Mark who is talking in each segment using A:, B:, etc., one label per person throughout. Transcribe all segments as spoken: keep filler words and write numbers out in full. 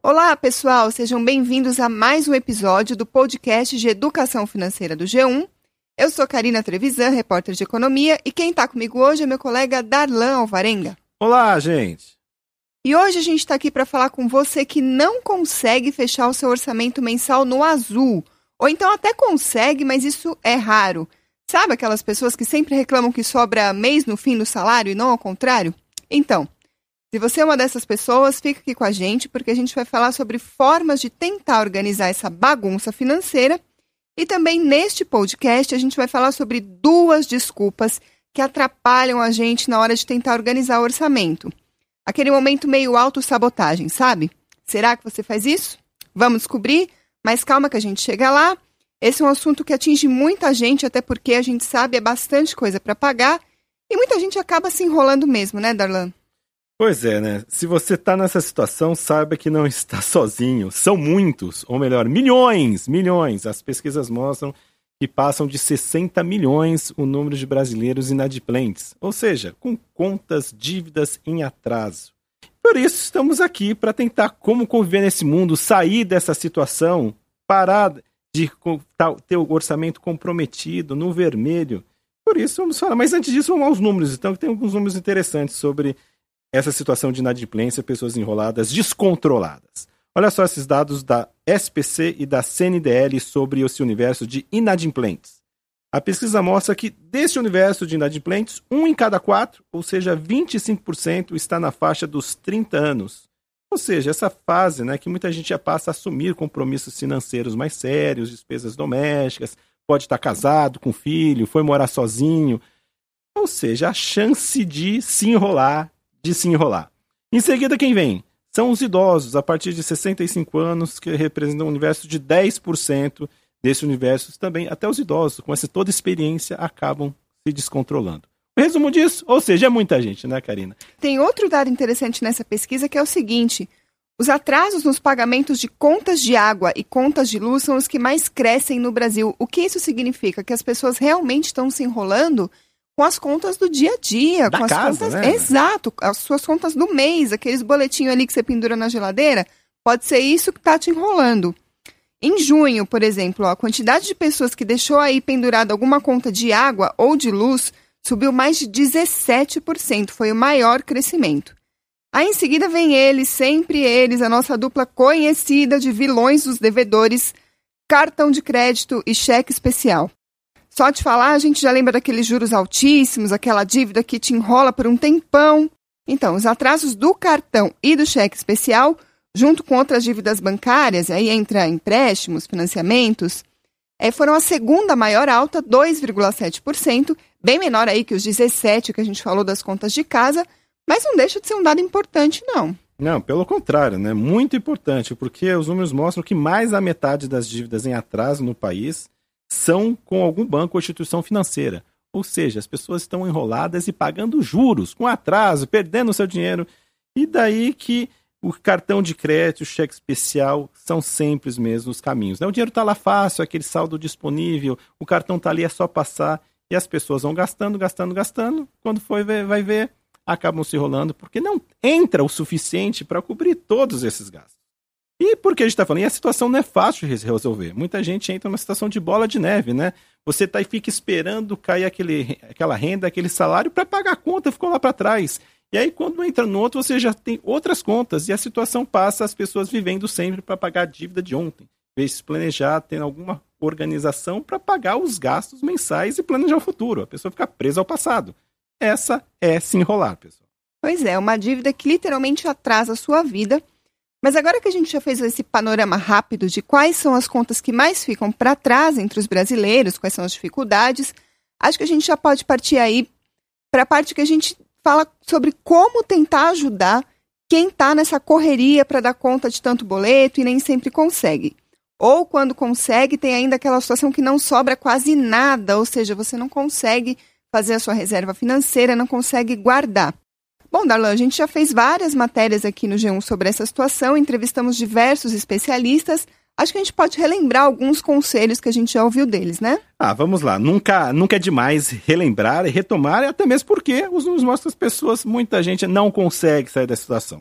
A: Olá, pessoal! Sejam bem-vindos a mais um episódio do podcast de Educação Financeira do G um. Eu sou Karina Trevisan, repórter de economia, e quem está comigo hoje é meu colega Darlan Alvarenga.
B: Olá, gente!
A: E hoje a gente está aqui para falar com você que não consegue fechar o seu orçamento mensal no azul, ou então até consegue, mas isso é raro. Sabe aquelas pessoas que sempre reclamam que sobra mês no fim do salário e não ao contrário? Então, se você é uma dessas pessoas, fica aqui com a gente, porque a gente vai falar sobre formas de tentar organizar essa bagunça financeira. E também neste podcast a gente vai falar sobre duas desculpas que atrapalham a gente na hora de tentar organizar o orçamento. Aquele momento meio autossabotagem, sabe? Será que você faz isso? Vamos descobrir, mas calma que a gente chega lá. Esse é um assunto que atinge muita gente, até porque a gente sabe é bastante coisa para pagar e muita gente acaba se enrolando mesmo, né, Darlan?
B: Pois é, né? Se você está nessa situação, saiba que não está sozinho. São muitos, ou melhor, milhões, milhões. As pesquisas mostram que passam de sessenta milhões o número de brasileiros inadimplentes, ou seja, com contas, dívidas em atraso. Por isso, estamos aqui para tentar como conviver nesse mundo, sair dessa situação, parar de ter o orçamento comprometido, no vermelho. Por isso, vamos falar. Mas antes disso, vamos aos números. Então, tem alguns números interessantes sobre essa situação de inadimplência, pessoas enroladas, descontroladas. Olha só esses dados da S P C e da C N D L sobre esse universo de inadimplentes. A pesquisa mostra que desse universo de inadimplentes, um em cada quatro, ou seja, vinte e cinco por cento, está na faixa dos trinta anos. Ou seja, essa fase, né, que muita gente já passa a assumir compromissos financeiros mais sérios, despesas domésticas, pode estar casado com filho, foi morar sozinho. Ou seja, a chance de se enrolar, de se enrolar. Em seguida, quem vem? São os idosos, a partir de sessenta e cinco anos, que representam um universo de dez por cento desse universo também. Até os idosos, com essa toda experiência, acabam se descontrolando. O resumo disso, ou seja, é muita gente, né, Karina?
A: Tem outro dado interessante nessa pesquisa que é o seguinte: os atrasos nos pagamentos de contas de água e contas de luz são os que mais crescem no Brasil. O que isso significa? Que as pessoas realmente estão se enrolando com as contas do dia a dia.
B: Da
A: com as
B: casa,
A: contas...
B: né?
A: Exato, as suas contas do mês, aqueles boletinhos ali que você pendura na geladeira, pode ser isso que está te enrolando. Em junho, por exemplo, ó, a quantidade de pessoas que deixou aí pendurada alguma conta de água ou de luz subiu mais de dezessete por cento, foi o maior crescimento. Aí em seguida vem eles, sempre eles, a nossa dupla conhecida de vilões dos devedores, cartão de crédito e cheque especial. Só de falar, a gente já lembra daqueles juros altíssimos, aquela dívida que te enrola por um tempão. Então, os atrasos do cartão e do cheque especial, junto com outras dívidas bancárias, aí entra empréstimos, financiamentos, é, foram a segunda maior alta, dois vírgula sete por cento, bem menor aí que os dezessete por cento que a gente falou das contas de casa, mas não deixa de ser um dado importante, não.
B: Não, pelo contrário, né? Muito importante, porque os números mostram que mais da metade das dívidas em atraso no país são com algum banco ou instituição financeira. Ou seja, as pessoas estão enroladas e pagando juros, com atraso, perdendo o seu dinheiro. E daí que o cartão de crédito, o cheque especial, são sempre os mesmos caminhos, né? O dinheiro está lá fácil, aquele saldo disponível, o cartão está ali, é só passar. E as pessoas vão gastando, gastando, gastando. Quando for ver, vai ver, acabam se enrolando, porque não entra o suficiente para cobrir todos esses gastos. E por que a gente está falando? E a situação não é fácil de resolver. Muita gente entra numa situação de bola de neve, né? Você tá e fica esperando cair aquele, aquela renda, aquele salário para pagar a conta, ficou lá para trás. E aí, quando entra no outro, você já tem outras contas e a situação passa as pessoas vivendo sempre para pagar a dívida de ontem. Em vez de se planejar, ter alguma organização para pagar os gastos mensais e planejar o futuro. A pessoa fica presa ao passado. Essa é se enrolar, pessoal.
A: Pois é, uma dívida que literalmente atrasa a sua vida. Mas agora que a gente já fez esse panorama rápido de quais são as contas que mais ficam para trás entre os brasileiros, quais são as dificuldades, acho que a gente já pode partir aí para a parte que a gente fala sobre como tentar ajudar quem está nessa correria para dar conta de tanto boleto e nem sempre consegue. Ou quando consegue, tem ainda aquela situação que não sobra quase nada, ou seja, você não consegue fazer a sua reserva financeira, não consegue guardar. Bom, Darlan, a gente já fez várias matérias aqui no G um sobre essa situação, entrevistamos diversos especialistas. Acho que a gente pode relembrar alguns conselhos que a gente já ouviu deles, né?
B: Ah, vamos lá. Nunca, nunca é demais relembrar e retomar, até mesmo porque os números mostram que as pessoas, muita gente não consegue sair dessa situação.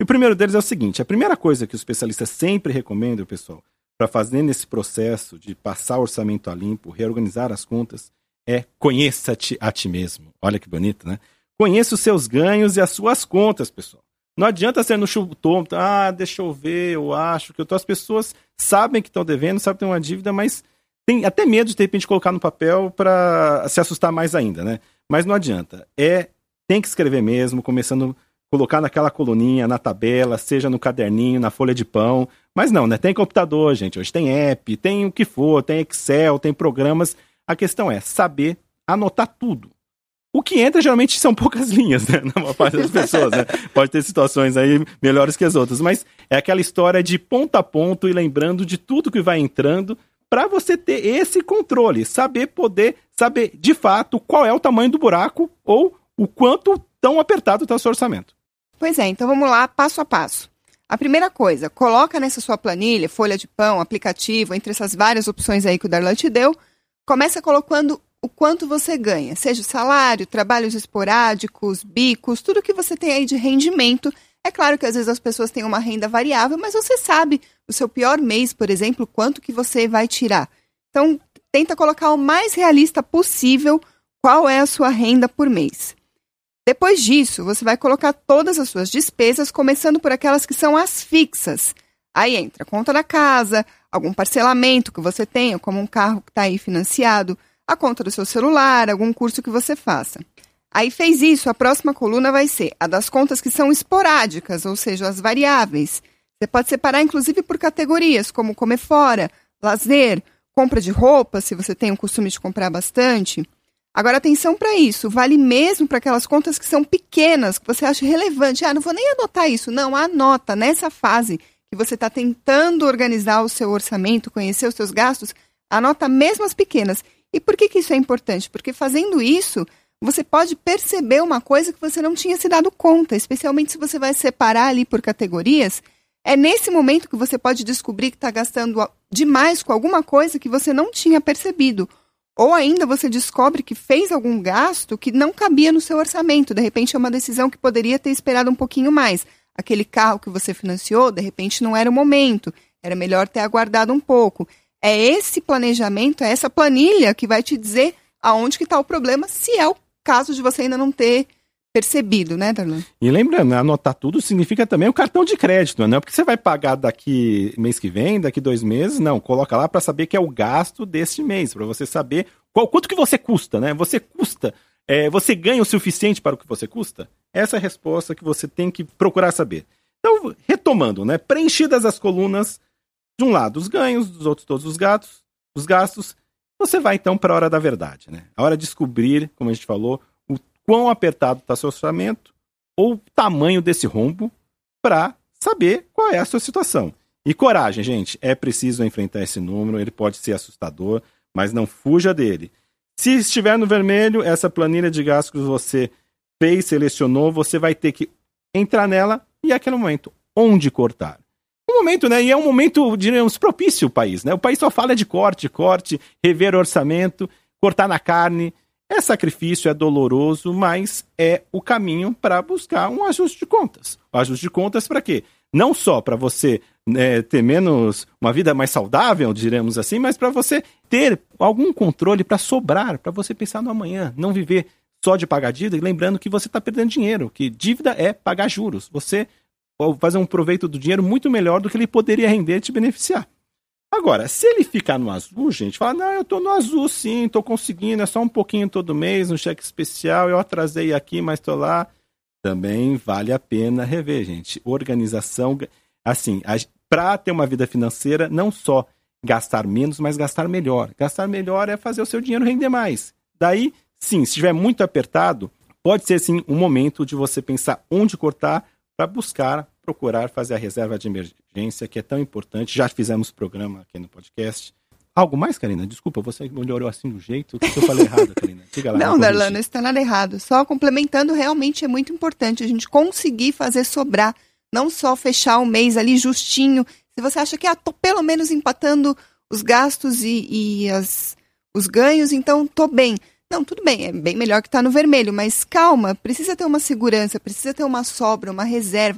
B: E o primeiro deles é o seguinte, a primeira coisa que os especialistas sempre recomendam, pessoal, para fazer nesse processo de passar o orçamento a limpo, reorganizar as contas, é conheça-te a ti mesmo. Olha que bonito, né? Conheça os seus ganhos e as suas contas, pessoal. Não adianta ser no chutômetro, ah, deixa eu ver, eu acho que eu tô... As pessoas sabem que estão devendo, sabem que tem uma dívida, mas tem até medo de, de repente, colocar no papel para se assustar mais ainda, né? Mas não adianta. É, tem que escrever mesmo, começando a colocar naquela coluninha, na tabela, seja no caderninho, na folha de pão. Mas não, né? Tem computador, gente. Hoje tem app, tem o que for, tem Excel, tem programas. A questão é saber anotar tudo. O que entra, geralmente, são poucas linhas, né? Na maior parte das pessoas, né? Pode ter situações aí melhores que as outras. Mas é aquela história de ponto a ponto e lembrando de tudo que vai entrando para você ter esse controle. Saber poder, saber de fato qual é o tamanho do buraco ou o quanto tão apertado está o seu orçamento.
A: Pois é, então vamos lá, passo a passo. A primeira coisa, coloca nessa sua planilha, folha de pão, aplicativo, entre essas várias opções aí que o Darlan te deu, começa colocando o quanto você ganha, seja o salário, trabalhos esporádicos, bicos, tudo que você tem aí de rendimento. É claro que às vezes as pessoas têm uma renda variável, mas você sabe o seu pior mês, por exemplo, quanto que você vai tirar. Então, tenta colocar o mais realista possível qual é a sua renda por mês. Depois disso, você vai colocar todas as suas despesas, começando por aquelas que são as fixas. Aí entra a conta da casa, algum parcelamento que você tenha, como um carro que está aí financiado, a conta do seu celular, algum curso que você faça. Aí fez isso, a próxima coluna vai ser a das contas que são esporádicas, ou seja, as variáveis. Você pode separar, inclusive, por categorias, como comer fora, lazer, compra de roupa, se você tem o costume de comprar bastante. Agora, atenção para isso, vale mesmo para aquelas contas que são pequenas, que você acha relevante. Ah, não vou nem anotar isso. Não, anota nessa fase que você está tentando organizar o seu orçamento, conhecer os seus gastos, anota mesmo as pequenas. E por que que isso é importante? Porque fazendo isso, você pode perceber uma coisa que você não tinha se dado conta, especialmente se você vai separar ali por categorias. É nesse momento que você pode descobrir que está gastando demais com alguma coisa que você não tinha percebido. Ou ainda você descobre que fez algum gasto que não cabia no seu orçamento. De repente é uma decisão que poderia ter esperado um pouquinho mais. Aquele carro que você financiou, de repente não era o momento. Era melhor ter aguardado um pouco. É esse planejamento, é essa planilha que vai te dizer aonde que está o problema, se é o caso de você ainda não ter percebido, né, Darlan?
B: E lembrando, anotar tudo significa também o cartão de crédito, não é porque você vai pagar daqui mês que vem, daqui dois meses, não, coloca lá para saber que é o gasto deste mês, para você saber qual, quanto que você custa, né? Você custa, é, você ganha o suficiente para o que você custa? Essa é a resposta que você tem que procurar saber. Então, retomando, né? Preenchidas as colunas, de um lado os ganhos, dos outros todos os gastos, os gastos, você vai então para a hora da verdade, né? A hora de descobrir, como a gente falou, o quão apertado está seu orçamento ou o tamanho desse rombo para saber qual é a sua situação. E coragem, gente, é preciso enfrentar esse número, ele pode ser assustador, mas não fuja dele. Se estiver no vermelho, essa planilha de gastos que você fez, selecionou, você vai ter que entrar nela e, aquele momento, onde cortar. Um momento, né? E é um momento, diríamos, propício ao país, né? O país só fala de corte, corte, rever orçamento, cortar na carne. É sacrifício, é doloroso, mas é o caminho para buscar um ajuste de contas. O ajuste de contas para quê? Não só para você é, ter menos, uma vida mais saudável, diremos assim, mas para você ter algum controle para sobrar, para você pensar no amanhã, não viver só de pagar dívida, e lembrando que você está perdendo dinheiro, que dívida é pagar juros. Você pode fazer um proveito do dinheiro muito melhor do que ele poderia render e te beneficiar. Agora, se ele ficar no azul, gente, fala, não, eu tô no azul sim, tô conseguindo, é só um pouquinho todo mês, um cheque especial, eu atrasei aqui, mas tô lá. Também vale a pena rever, gente. Organização, assim, para ter uma vida financeira, não só gastar menos, mas gastar melhor. Gastar melhor é fazer o seu dinheiro render mais. Daí, sim, se estiver muito apertado, pode ser, sim, um momento de você pensar onde cortar para buscar, procurar fazer a reserva de emergência, que é tão importante. Já fizemos programa aqui no podcast. Algo mais, Karina? Desculpa, você melhorou assim do jeito. O que eu falei errado, Karina? Diga lá.
A: Não, Darlan, não está nada errado. Só complementando, realmente é muito importante a gente conseguir fazer sobrar. Não só fechar o mês ali justinho. Se você acha que, ah, tô pelo menos empatando os gastos e, e as, os ganhos, então tô bem. Não, tudo bem, é bem melhor que tá no vermelho, mas calma, precisa ter uma segurança, precisa ter uma sobra, uma reserva.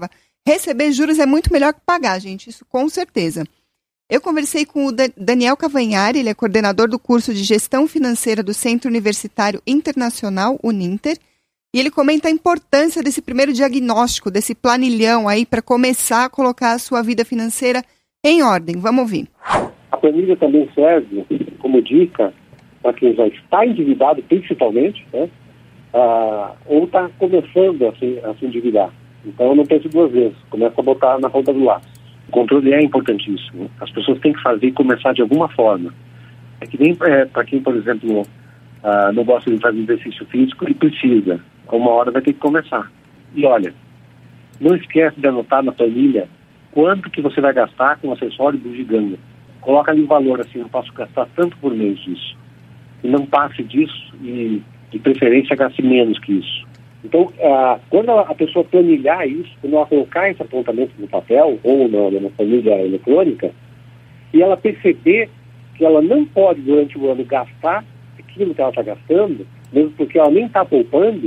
A: receber juros é muito melhor que pagar, gente, isso com certeza. Eu conversei com o Daniel Cavanhari, ele é coordenador do curso de Gestão Financeira do Centro Universitário Internacional, Uninter, e ele comenta a importância desse primeiro diagnóstico, desse planilhão aí para começar a colocar a sua vida financeira em ordem. Vamos ouvir.
C: A planilha também serve como dica para quem já está endividado, principalmente, né? Ah, ou está começando a se, a se endividar. Então não pense duas vezes, começa a botar na ponta do lápis. O controle é importantíssimo. As pessoas têm que fazer e começar de alguma forma. É que nem é, para quem, por exemplo, uh, não gosta de fazer exercício físico e precisa. Uma hora vai ter que começar. E olha, não esquece de anotar na planilha quanto que você vai gastar com acessório e bugiganga. Coloca ali o valor assim, eu posso gastar tanto por mês disso. E não passe disso e, de preferência, gaste menos que isso. Então, ah, quando a pessoa planilhar isso, quando ela colocar esse apontamento no papel ou na, na planilha eletrônica, e ela perceber que ela não pode, durante o ano, gastar aquilo que ela está gastando, mesmo porque ela nem está poupando,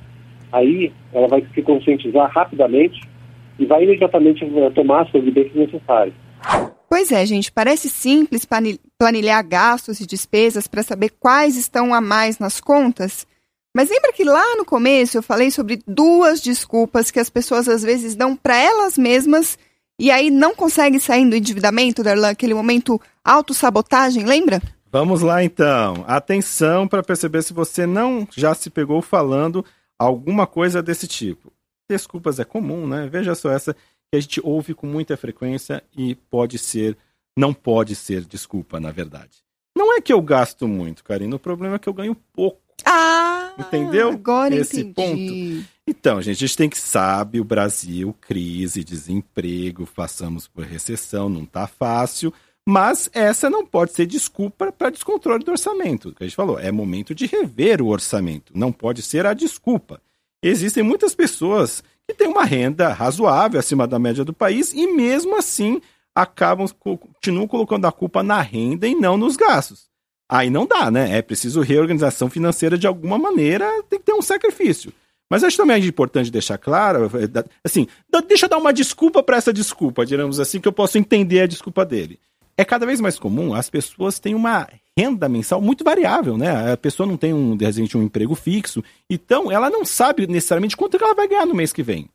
C: aí ela vai se conscientizar rapidamente e vai imediatamente tomar as providências necessárias.
A: Pois é, gente, parece simples planilhar gastos e despesas para saber quais estão a mais nas contas. Mas lembra que lá no começo eu falei sobre duas desculpas que as pessoas às vezes dão para elas mesmas e aí não conseguem sair do endividamento, Darlan, aquele momento autossabotagem, lembra?
B: Vamos lá então. Atenção para perceber se você não já se pegou falando alguma coisa desse tipo. Desculpas é comum, né? Veja só essa que a gente ouve com muita frequência e pode ser, não pode ser desculpa, na verdade. Não é que eu gasto muito, Karina, o problema é que eu ganho pouco.
A: Ah,
B: entendeu?
A: Agora
B: esse
A: entendi.
B: ponto. Então, gente, a gente tem que saber, o Brasil, crise, desemprego, passamos por recessão, não tá fácil, mas essa não pode ser desculpa para descontrole do orçamento. O que a gente falou, é momento de rever o orçamento, não pode ser a desculpa. Existem muitas pessoas que têm uma renda razoável acima da média do país e mesmo assim acabam, continuam colocando a culpa na renda e não nos gastos. Aí não dá, né? É preciso reorganização financeira de alguma maneira, tem que ter um sacrifício. Mas acho também importante deixar claro, assim, deixa eu dar uma desculpa para essa desculpa, digamos assim, que eu posso entender a desculpa dele. É cada vez mais comum, as pessoas têm uma renda mensal muito variável, né? A pessoa não tem, um, de repente, um emprego fixo, então ela não sabe necessariamente quanto ela vai ganhar no mês que vem.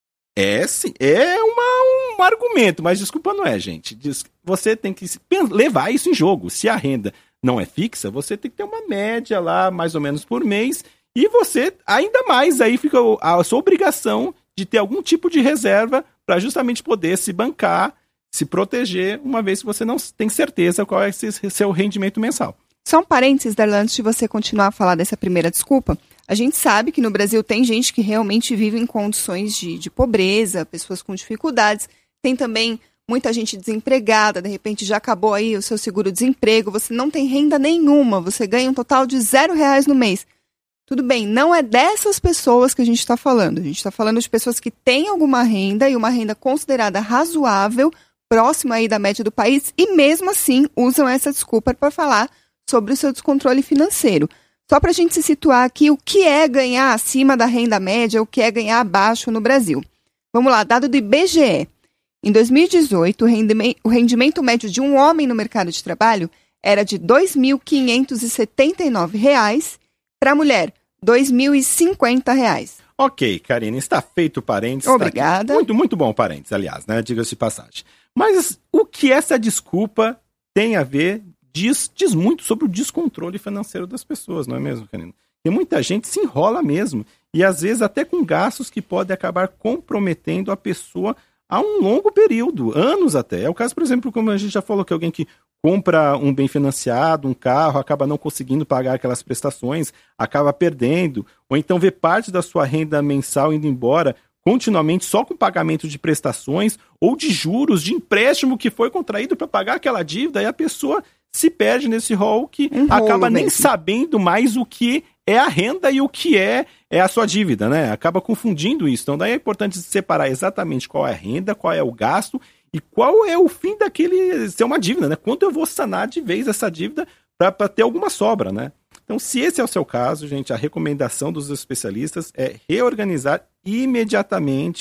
B: É, sim, é uma, um argumento, mas desculpa não é, gente. Você tem que levar isso em jogo. Se a renda não é fixa, você tem que ter uma média lá, mais ou menos por mês, e você, ainda mais, aí fica a sua obrigação de ter algum tipo de reserva para justamente poder se bancar, se proteger, uma vez que você não tem certeza qual é esse seu rendimento mensal.
A: Só um parênteses, Darlan, antes de você continuar a falar dessa primeira desculpa, a gente sabe que no Brasil tem gente que realmente vive em condições de, de pobreza, pessoas com dificuldades, tem também muita gente desempregada, de repente já acabou aí o seu seguro-desemprego, você não tem renda nenhuma, você ganha um total de zero reais no mês. Tudo bem, não é dessas pessoas que a gente está falando. A gente está falando de pessoas que têm alguma renda e uma renda considerada razoável, próxima aí da média do país, e mesmo assim usam essa desculpa para falar sobre o seu descontrole financeiro. Só para a gente se situar aqui, o que é ganhar acima da renda média, o que é ganhar abaixo no Brasil. Vamos lá, dado do I B G E. Em dois mil e dezoito, o rendimento médio de um homem no mercado de trabalho era de dois mil quinhentos e setenta e nove reais, para a mulher, dois mil e cinquenta reais.
B: Ok, Karina, está feito o parênteses.
A: Obrigada.
B: Tá muito, muito bom o parênteses, aliás, né? Diga-se de passagem. Mas o que essa desculpa tem a ver, diz, diz muito sobre o descontrole financeiro das pessoas, não é mesmo, Karina? E muita gente se enrola mesmo, e às vezes até com gastos que podem acabar comprometendo a pessoa há um longo período, anos até. É o caso, por exemplo, como a gente já falou, que alguém que compra um bem financiado, um carro, acaba não conseguindo pagar aquelas prestações, acaba perdendo, ou então vê parte da sua renda mensal indo embora continuamente só com pagamento de prestações ou de juros de empréstimo que foi contraído para pagar aquela dívida, e a pessoa se perde nesse rol que um acaba nem mesmo. sabendo mais o que é a renda e o que é, é a sua dívida, né? Acaba confundindo isso. Então daí é importante separar exatamente qual é a renda, qual é o gasto e qual é o fim daquele ser uma dívida, né? Quanto eu vou sanar de vez essa dívida para ter alguma sobra, né? Então, se esse é o seu caso, gente, a recomendação dos especialistas é reorganizar imediatamente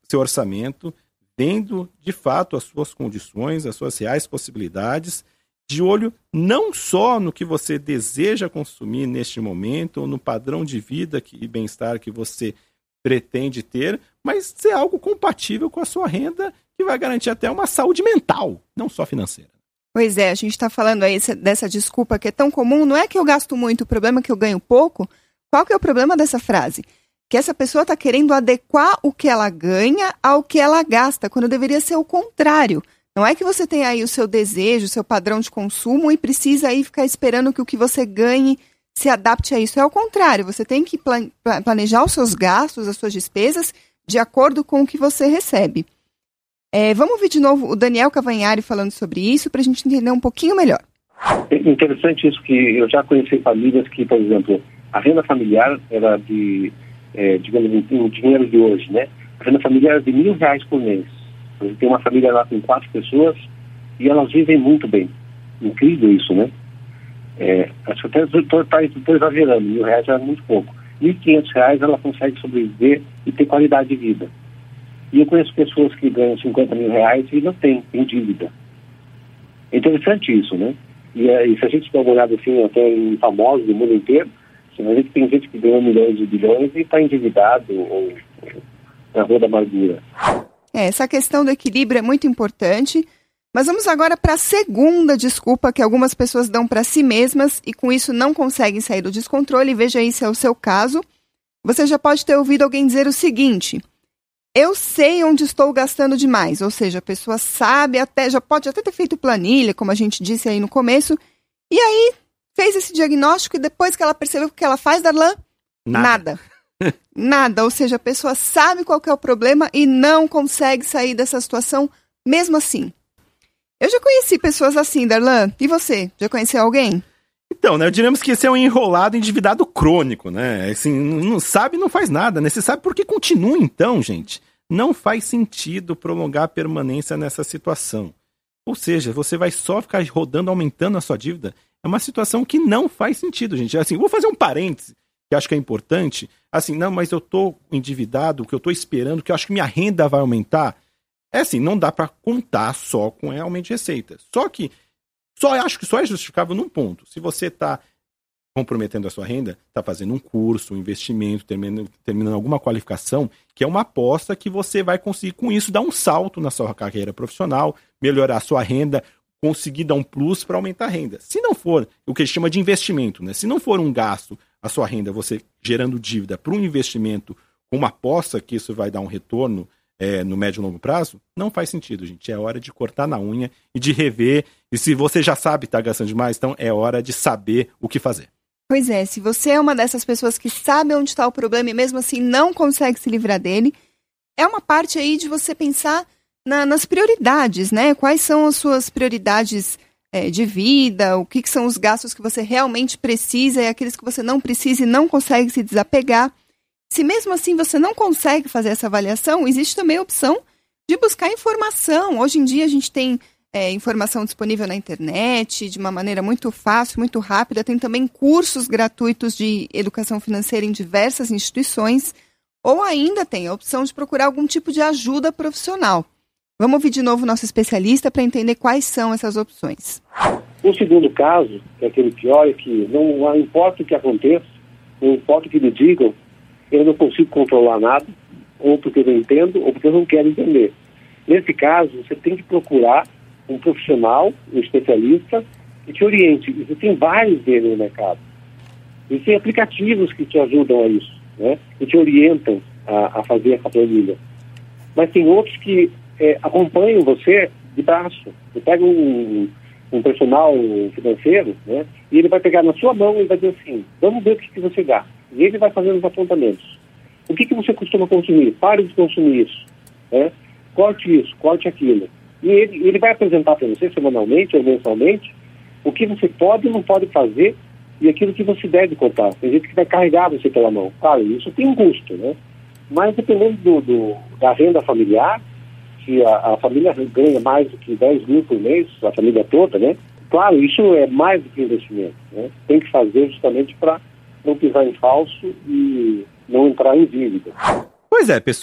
B: seu orçamento, vendo de fato as suas condições, as suas reais possibilidades, de olho não só no que você deseja consumir neste momento, ou no padrão de vida e bem-estar que você pretende ter, mas ser algo compatível com a sua renda, que vai garantir até uma saúde mental, não só financeira.
A: Pois é, a gente está falando aí dessa desculpa que é tão comum, não é que eu gasto muito, o problema é que eu ganho pouco. Qual que é o problema dessa frase? Que essa pessoa está querendo adequar o que ela ganha ao que ela gasta, quando deveria ser o contrário. Não é que você tem aí o seu desejo, o seu padrão de consumo e precisa aí ficar esperando que o que você ganhe se adapte a isso. É o contrário, você tem que planejar os seus gastos, as suas despesas, de acordo com o que você recebe. É, vamos ouvir de novo o Daniel Cavanhari falando sobre isso para a gente entender um pouquinho melhor.
C: É interessante isso, que eu já conheci famílias que, por exemplo, a renda familiar era de, é, digamos, em dinheiro de hoje, né? A renda familiar era de mil reais por mês. Você tem uma família lá com quatro pessoas e elas vivem muito bem. Incrível isso, né? É, acho que até estou exagerando, mil reais é muito pouco. Mil e quinhentos reais ela consegue sobreviver e ter qualidade de vida. E eu conheço pessoas que ganham cinquenta mil reais e não têm, tem dívida. É interessante isso, né? E, é, e se a gente dá uma olhada assim, até em famosos do mundo inteiro, a gente tem gente que ganha milhões e bilhões e está endividado ou, ou na rua da amargura.
A: É, essa questão do equilíbrio é muito importante, mas vamos agora para a segunda desculpa que algumas pessoas dão para si mesmas e com isso não conseguem sair do descontrole. Veja aí se é o seu caso. Você já pode ter ouvido alguém dizer o seguinte: eu sei onde estou gastando demais, ou seja, a pessoa sabe, até já pode até ter feito planilha, como a gente disse aí no começo, e aí fez esse diagnóstico e depois que ela percebeu o que ela faz, Darlan, nada. Nada. Nada, ou seja, a pessoa sabe qual que é o problema e não consegue sair dessa situação mesmo assim. Eu já conheci pessoas assim, Darlan, e você? Já conheceu alguém?
B: Então, né, diríamos que esse é um enrolado endividado crônico, né? Assim, não sabe, não faz nada, né? Você sabe por que continua então, gente? Não faz sentido prolongar a permanência nessa situação. Ou seja, você vai só ficar rodando, aumentando a sua dívida. É uma situação que não faz sentido, gente. Assim, vou fazer um parêntese, que acho que é importante. Assim, não, mas eu tô endividado, o que eu tô esperando, que eu acho que minha renda vai aumentar. É assim, não dá para contar só com aumento de receita. Só que, só acho que só é justificável num ponto. Se você tá comprometendo a sua renda, está fazendo um curso, um investimento, terminando, terminando alguma qualificação, que é uma aposta que você vai conseguir, com isso, dar um salto na sua carreira profissional, melhorar a sua renda, conseguir dar um plus para aumentar a renda. Se não for o que a gente chama de investimento, né? Se não for um gasto, a sua renda, você gerando dívida para um investimento com uma aposta que isso vai dar um retorno é, no médio e longo prazo, não faz sentido, gente. É hora de cortar na unha e de rever. E se você já sabe que está gastando demais, então é hora de saber o que fazer.
A: Pois é, se você é uma dessas pessoas que sabe onde está o problema e mesmo assim não consegue se livrar dele, é uma parte aí de você pensar na, nas prioridades, né? Quais são as suas prioridades é, de vida, o que, que são os gastos que você realmente precisa e aqueles que você não precisa e não consegue se desapegar. Se mesmo assim você não consegue fazer essa avaliação, existe também a opção de buscar informação. Hoje em dia a gente tem É, informação disponível na internet, de uma maneira muito fácil, muito rápida. Tem também cursos gratuitos de educação financeira em diversas instituições, ou ainda tem a opção de procurar algum tipo de ajuda profissional. Vamos ouvir de novo o nosso especialista para entender quais são essas opções.
C: O segundo caso, que é aquele pior, é que não importa o que aconteça, não importa o que me digam, eu não consigo controlar nada, ou porque eu não entendo, ou porque eu não quero entender. Nesse caso, você tem que procurar um profissional, um especialista, que te oriente. Existem vários deles no mercado. Existem aplicativos que te ajudam a isso, né? Que te orientam a, a fazer essa planilha. Mas tem outros que é, acompanham você de braço. Você pega um, um personal financeiro, né? E ele vai pegar na sua mão e vai dizer assim, vamos ver o que, que você gasta. E ele vai fazendo os apontamentos. O que, que você costuma consumir? Pare de consumir isso, né? Corte isso, corte aquilo. E ele, ele vai apresentar para você semanalmente ou mensalmente o que você pode e não pode fazer e aquilo que você deve cortar. Tem gente que vai carregar você pela mão. Claro, isso tem um custo, né? Mas dependendo do, do, da renda familiar, se a, a família ganha mais do que dez mil por mês, a família toda, né? Claro, isso é mais do que investimento, né? Tem que fazer justamente para não pisar em falso e não entrar em dívida.
B: Pois é, pessoal.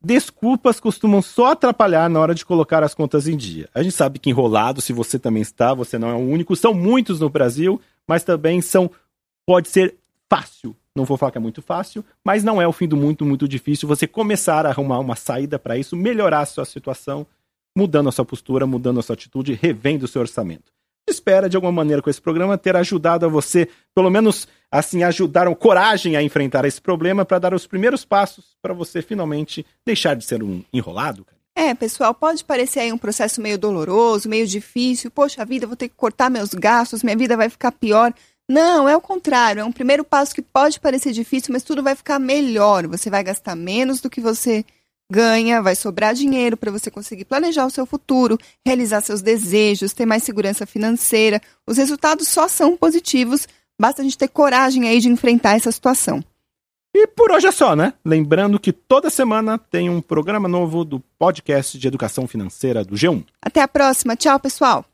B: desculpas costumam só atrapalhar na hora de colocar as contas em dia. A gente sabe que enrolado, se você também está, você não é o único, são muitos no Brasil, mas também são, pode ser fácil. Não vou falar que é muito fácil, mas não é o fim do muito, muito difícil você começar a arrumar uma saída para isso, melhorar a sua situação, mudando a sua postura, mudando a sua atitude, revendo o seu orçamento. Espera, de alguma maneira, com esse programa, ter ajudado a você, pelo menos, assim, ajudar coragem a enfrentar esse problema para dar os primeiros passos para você, finalmente, deixar de ser um enrolado.
A: É, pessoal, pode parecer aí um processo meio doloroso, meio difícil. Poxa vida, eu vou ter que cortar meus gastos, minha vida vai ficar pior. Não, é o contrário. É um primeiro passo que pode parecer difícil, mas tudo vai ficar melhor. Você vai gastar menos do que você ganha, vai sobrar dinheiro para você conseguir planejar o seu futuro, realizar seus desejos, ter mais segurança financeira. Os resultados só são positivos, basta a gente ter coragem aí de enfrentar essa situação.
B: E por hoje é só, né? Lembrando que toda semana tem um programa novo do podcast de educação financeira do G um.
A: Até a próxima. Tchau, pessoal!